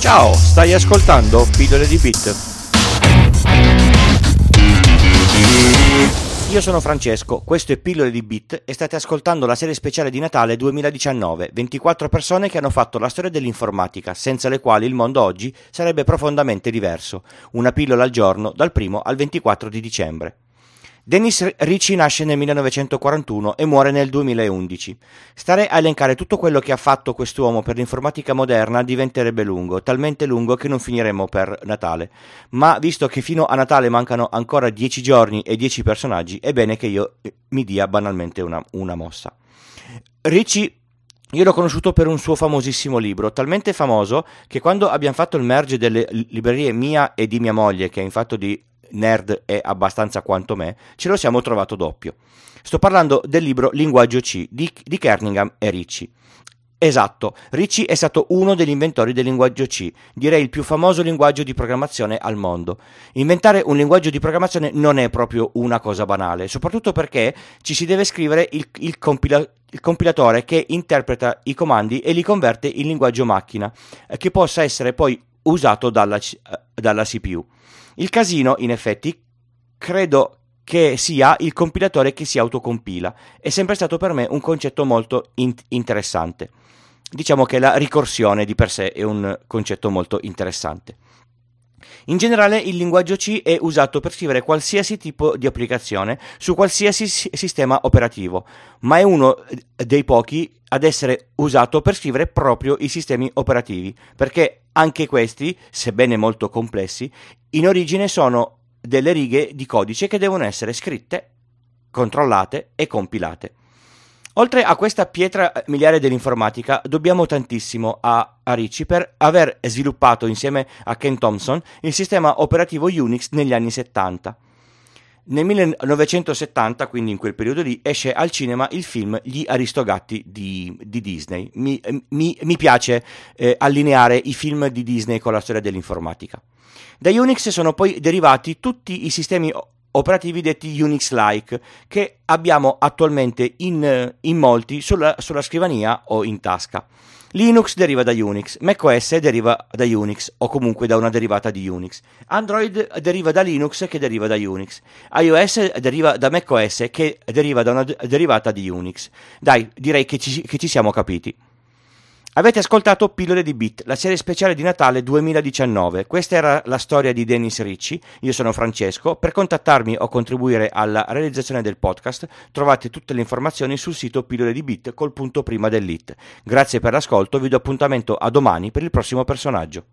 Ciao, stai ascoltando Pillole di Bit. Io sono Francesco, questo è Pillole di Bit e state ascoltando la serie speciale di Natale 2019, 24 persone che hanno fatto la storia dell'informatica, senza le quali il mondo oggi sarebbe profondamente diverso. Una pillola al giorno, dal 1 al 24 di dicembre. Dennis Ritchie nasce nel 1941 e muore nel 2011. Stare a elencare tutto quello che ha fatto quest'uomo per l'informatica moderna diventerebbe lungo, talmente lungo che non finiremo per Natale. Ma visto che fino a Natale mancano ancora 10 giorni e 10 personaggi, è bene che io mi dia banalmente una mossa. Ritchie io l'ho conosciuto per un suo famosissimo libro, talmente famoso che quando abbiamo fatto il merge delle librerie mia e di mia moglie, che è in fatto di nerd è abbastanza quanto me, ce lo siamo trovato doppio. Sto parlando del libro Linguaggio C di Kernighan e Ritchie. Esatto, Ritchie è stato uno degli inventori del linguaggio C, direi il più famoso linguaggio di programmazione al mondo. Inventare un linguaggio di programmazione non è proprio una cosa banale, soprattutto perché ci si deve scrivere il compilatore che interpreta i comandi e li converte in linguaggio macchina, che possa essere poi usato dalla CPU. Il casino, in effetti, credo che sia il compilatore che si autocompila. È sempre stato per me un concetto molto interessante. Diciamo che la ricorsione di per sé è un concetto molto interessante. In generale il linguaggio C è usato per scrivere qualsiasi tipo di applicazione su qualsiasi sistema operativo, ma è uno dei pochi ad essere usato per scrivere proprio i sistemi operativi, perché anche questi, sebbene molto complessi, in origine sono delle righe di codice che devono essere scritte, controllate e compilate. Oltre a questa pietra miliare dell'informatica, dobbiamo tantissimo a Ritchie per aver sviluppato insieme a Ken Thompson il sistema operativo Unix negli anni 70. Nel 1970, quindi in quel periodo lì, esce al cinema il film Gli Aristogatti di Disney. Mi piace allineare i film di Disney con la storia dell'informatica. Da Unix sono poi derivati tutti i sistemi operativi detti Unix-like che abbiamo attualmente in molti sulla scrivania o in tasca. Linux deriva da Unix, macOS deriva da Unix o comunque da una derivata di Unix. Android deriva da Linux che deriva da Unix. iOS deriva da macOS che deriva da una derivata di Unix. Dai, direi che ci siamo capiti. Avete ascoltato Pillole di Bit, la serie speciale di Natale 2019. Questa era la storia di Dennis Ritchie. Io sono Francesco. Per contattarmi o contribuire alla realizzazione del podcast trovate tutte le informazioni sul sito Pillole di Bit col punto prima dell'it. Grazie per l'ascolto, vi do appuntamento a domani per il prossimo personaggio.